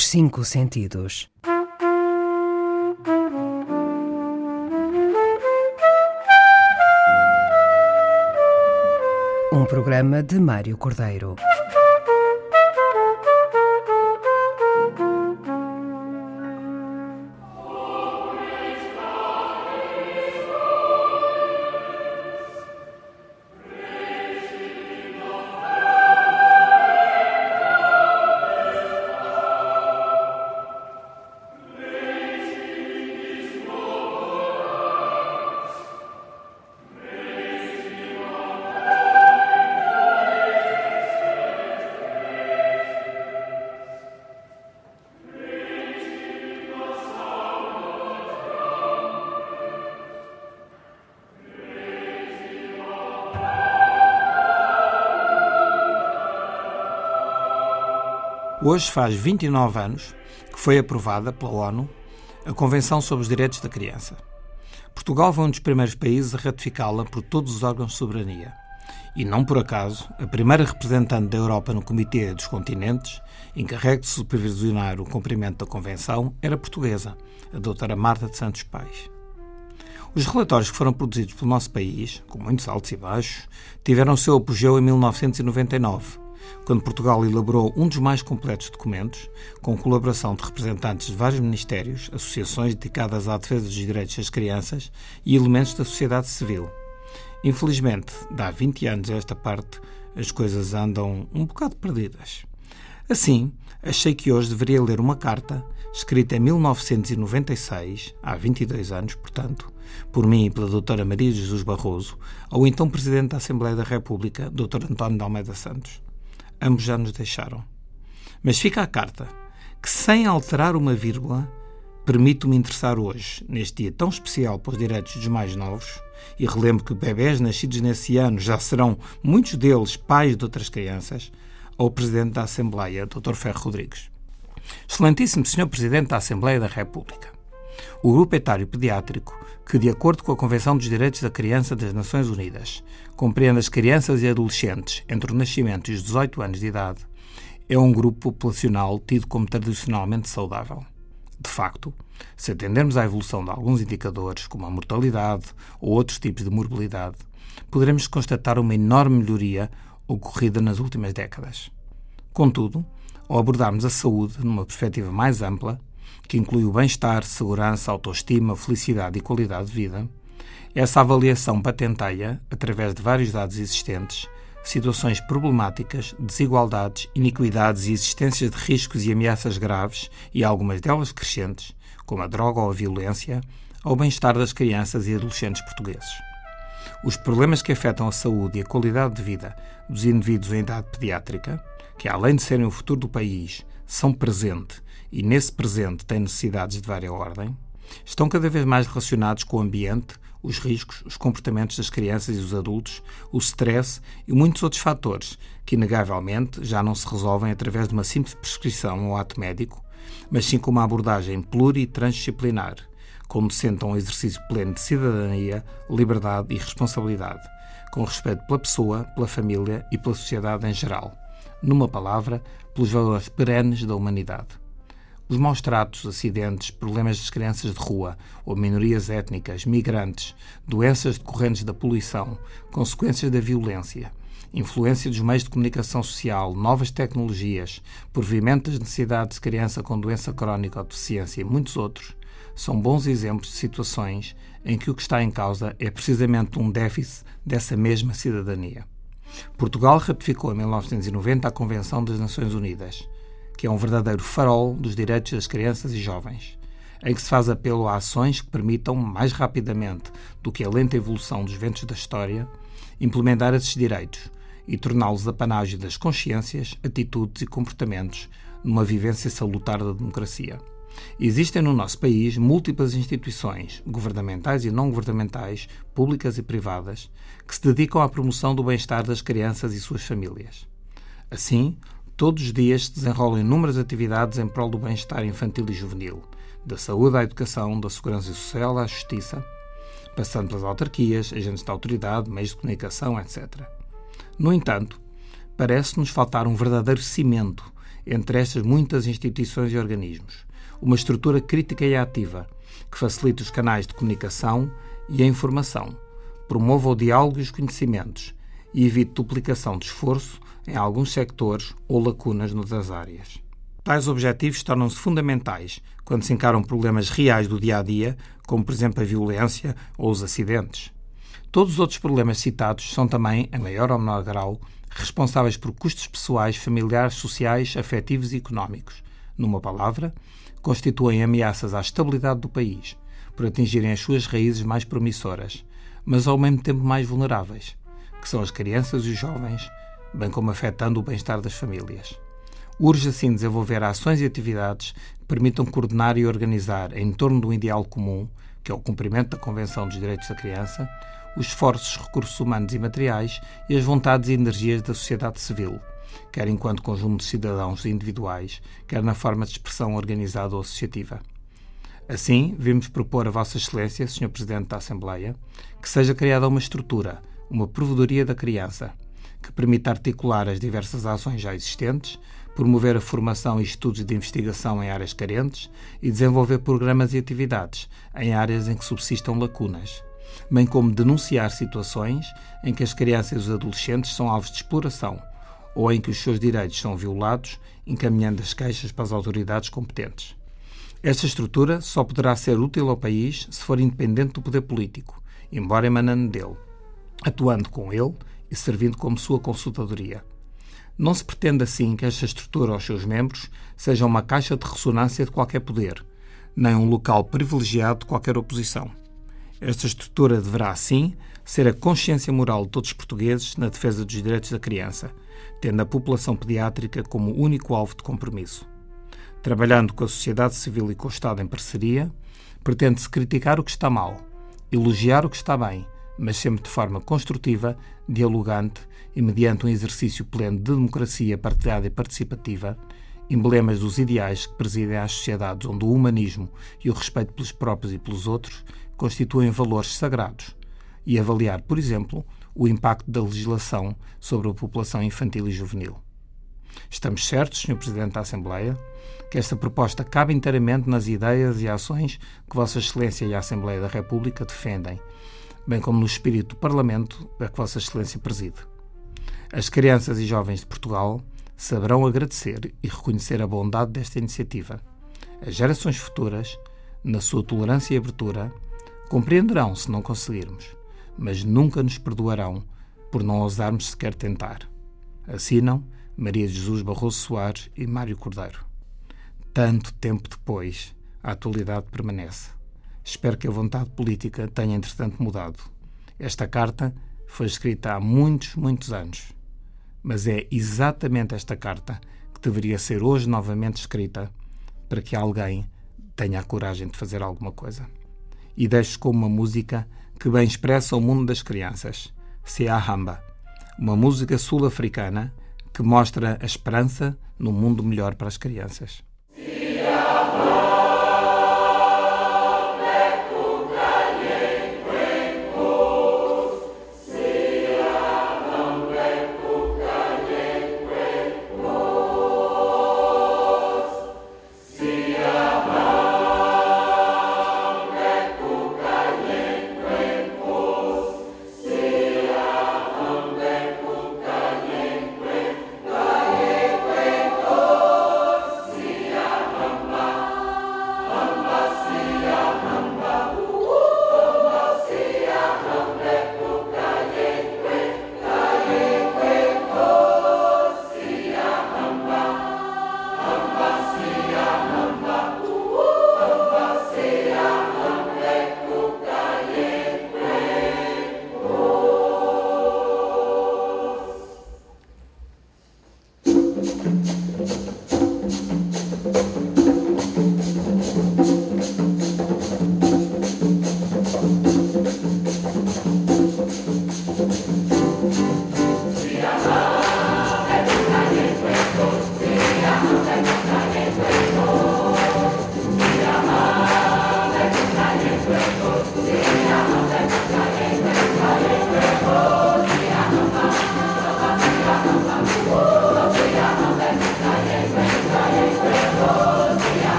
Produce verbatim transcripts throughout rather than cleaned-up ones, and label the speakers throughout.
Speaker 1: Os cinco sentidos. Um programa de Mário Cordeiro.
Speaker 2: Hoje faz vinte e nove anos que foi aprovada pela ONU a Convenção sobre os Direitos da Criança. Portugal foi um dos primeiros países a ratificá-la por todos os órgãos de soberania. E não por acaso, a primeira representante da Europa no Comitê dos Continentes, encarregue de supervisionar o cumprimento da Convenção, era portuguesa, a doutora Marta de Santos Pais. Os relatórios que foram produzidos pelo nosso país, com muitos altos e baixos, tiveram o seu apogeu em mil novecentos e noventa e nove, quando Portugal elaborou um dos mais completos documentos, com colaboração de representantes de vários ministérios, associações dedicadas à defesa dos direitos das crianças e elementos da sociedade civil. Infelizmente, de há vinte anos a esta parte, as coisas andam um bocado perdidas. Assim, achei que hoje deveria ler uma carta, escrita em mil novecentos e noventa e seis, há vinte e dois anos, portanto, por mim e pela doutora Maria Jesus Barroso, ao então Presidente da Assembleia da República, doutor António de Almeida Santos. Ambos já nos deixaram. Mas fica a carta, que sem alterar uma vírgula, permite-me interessar hoje, neste dia tão especial para os direitos dos mais novos, e relembro que bebés nascidos nesse ano já serão, muitos deles, pais de outras crianças, ao Presidente da Assembleia, doutor Ferro Rodrigues. Excelentíssimo senhor Presidente da Assembleia da República, o grupo etário pediátrico, que, de acordo com a Convenção dos Direitos da Criança das Nações Unidas, compreende as crianças e adolescentes entre o nascimento e os dezoito anos de idade, é um grupo populacional tido como tradicionalmente saudável. De facto, se atendermos à evolução de alguns indicadores, como a mortalidade ou outros tipos de morbilidade, poderemos constatar uma enorme melhoria ocorrida nas últimas décadas. Contudo, ao abordarmos a saúde numa perspectiva mais ampla, que inclui o bem-estar, segurança, autoestima, felicidade e qualidade de vida, essa avaliação patenteia, através de vários dados existentes, situações problemáticas, desigualdades, iniquidades e existências de riscos e ameaças graves, e algumas delas crescentes, como a droga ou a violência, ao bem-estar das crianças e adolescentes portugueses. Os problemas que afetam a saúde e a qualidade de vida dos indivíduos em idade pediátrica, que além de serem o futuro do país, são presente e nesse presente têm necessidades de várias ordem, estão cada vez mais relacionados com o ambiente, os riscos, os comportamentos das crianças e dos adultos, o stress e muitos outros fatores que, inegavelmente, já não se resolvem através de uma simples prescrição ou ato médico, mas sim com uma abordagem pluri e transdisciplinar, conducente a um exercício pleno de cidadania, liberdade e responsabilidade, com respeito pela pessoa, pela família e pela sociedade em geral. Numa palavra, pelos valores perenes da humanidade. Os maus tratos, acidentes, problemas das crianças de rua ou minorias étnicas, migrantes, doenças decorrentes da poluição, consequências da violência, influência dos meios de comunicação social, novas tecnologias, provimento das necessidades de criança com doença crónica ou deficiência e muitos outros, são bons exemplos de situações em que o que está em causa é precisamente um déficit dessa mesma cidadania. Portugal ratificou em mil novecentos e noventa a Convenção das Nações Unidas, que é um verdadeiro farol dos direitos das crianças e jovens, em que se faz apelo a ações que permitam, mais rapidamente do que a lenta evolução dos ventos da história, implementar esses direitos e torná-los apanágio das consciências, atitudes e comportamentos numa vivência salutar da democracia. Existem no nosso país múltiplas instituições, governamentais e não governamentais, públicas e privadas, que se dedicam à promoção do bem-estar das crianças e suas famílias. Assim, todos os dias se desenrolam inúmeras atividades em prol do bem-estar infantil e juvenil, da saúde à educação, da segurança social à justiça, passando pelas autarquias, agentes de autoridade, meios de comunicação, etcétera. No entanto, parece-nos faltar um verdadeiro cimento entre estas muitas instituições e organismos, uma estrutura crítica e ativa, que facilite os canais de comunicação e a informação, promova o diálogo e os conhecimentos e evite duplicação de esforço em alguns sectores ou lacunas noutras áreas. Tais objetivos tornam-se fundamentais quando se encaram problemas reais do dia-a-dia, como, por exemplo, a violência ou os acidentes. Todos os outros problemas citados são também, em maior ou menor grau, responsáveis por custos pessoais, familiares, sociais, afetivos e económicos. Numa palavra, constituem ameaças à estabilidade do país, por atingirem as suas raízes mais promissoras, mas ao mesmo tempo mais vulneráveis, que são as crianças e os jovens, bem como afetando o bem-estar das famílias. Urge, assim, desenvolver ações e atividades que permitam coordenar e organizar, em torno de um ideal comum, que é o cumprimento da Convenção dos Direitos da Criança, os esforços, recursos humanos e materiais e as vontades e energias da sociedade civil, quer enquanto conjunto de cidadãos individuais, quer na forma de expressão organizada ou associativa. Assim, vimos propor a Vossa Excelência, senhor Presidente da Assembleia, que seja criada uma estrutura, uma provedoria da criança, que permita articular as diversas ações já existentes, promover a formação e estudos de investigação em áreas carentes e desenvolver programas e atividades em áreas em que subsistam lacunas, bem como denunciar situações em que as crianças e os adolescentes são alvos de exploração ou em que os seus direitos são violados, encaminhando as queixas para as autoridades competentes. Esta estrutura só poderá ser útil ao país se for independente do poder político, embora emanando dele, atuando com ele e servindo como sua consultadoria. Não se pretende assim que esta estrutura ou os seus membros seja uma caixa de ressonância de qualquer poder, nem um local privilegiado de qualquer oposição. Esta estrutura deverá, assim, ser a consciência moral de todos os portugueses na defesa dos direitos da criança, tendo a população pediátrica como único alvo de compromisso. Trabalhando com a sociedade civil e com o Estado em parceria, pretende-se criticar o que está mal, elogiar o que está bem, mas sempre de forma construtiva, dialogante e mediante um exercício pleno de democracia partilhada e participativa, emblemas dos ideais que presidem às sociedades onde o humanismo e o respeito pelos próprios e pelos outros constituem valores sagrados, e avaliar, por exemplo, o impacto da legislação sobre a população infantil e juvenil. Estamos certos, senhor Presidente da Assembleia, que esta proposta cabe inteiramente nas ideias e ações que Vossa Excelência e a Assembleia da República defendem, bem como no espírito do Parlamento a que Vossa Excelência preside. As crianças e jovens de Portugal saberão agradecer e reconhecer a bondade desta iniciativa. As gerações futuras, na sua tolerância e abertura, compreenderão se não conseguirmos, mas nunca nos perdoarão por não ousarmos sequer tentar. Assinam Maria de Jesus Barroso Soares e Mário Cordeiro. Tanto tempo depois, a atualidade permanece. Espero que a vontade política tenha, entretanto, mudado. Esta carta foi escrita há muitos, muitos anos. Mas é exatamente esta carta que deveria ser hoje novamente escrita para que alguém tenha a coragem de fazer alguma coisa. E deixo com uma música que bem expressa o mundo das crianças, Sia Hamba, uma música sul-africana que mostra a esperança num mundo melhor para as crianças.
Speaker 3: See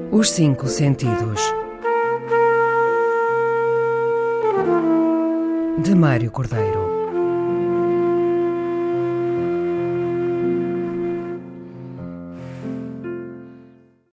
Speaker 1: Os Cinco Sentidos, de Mário Cordeiro.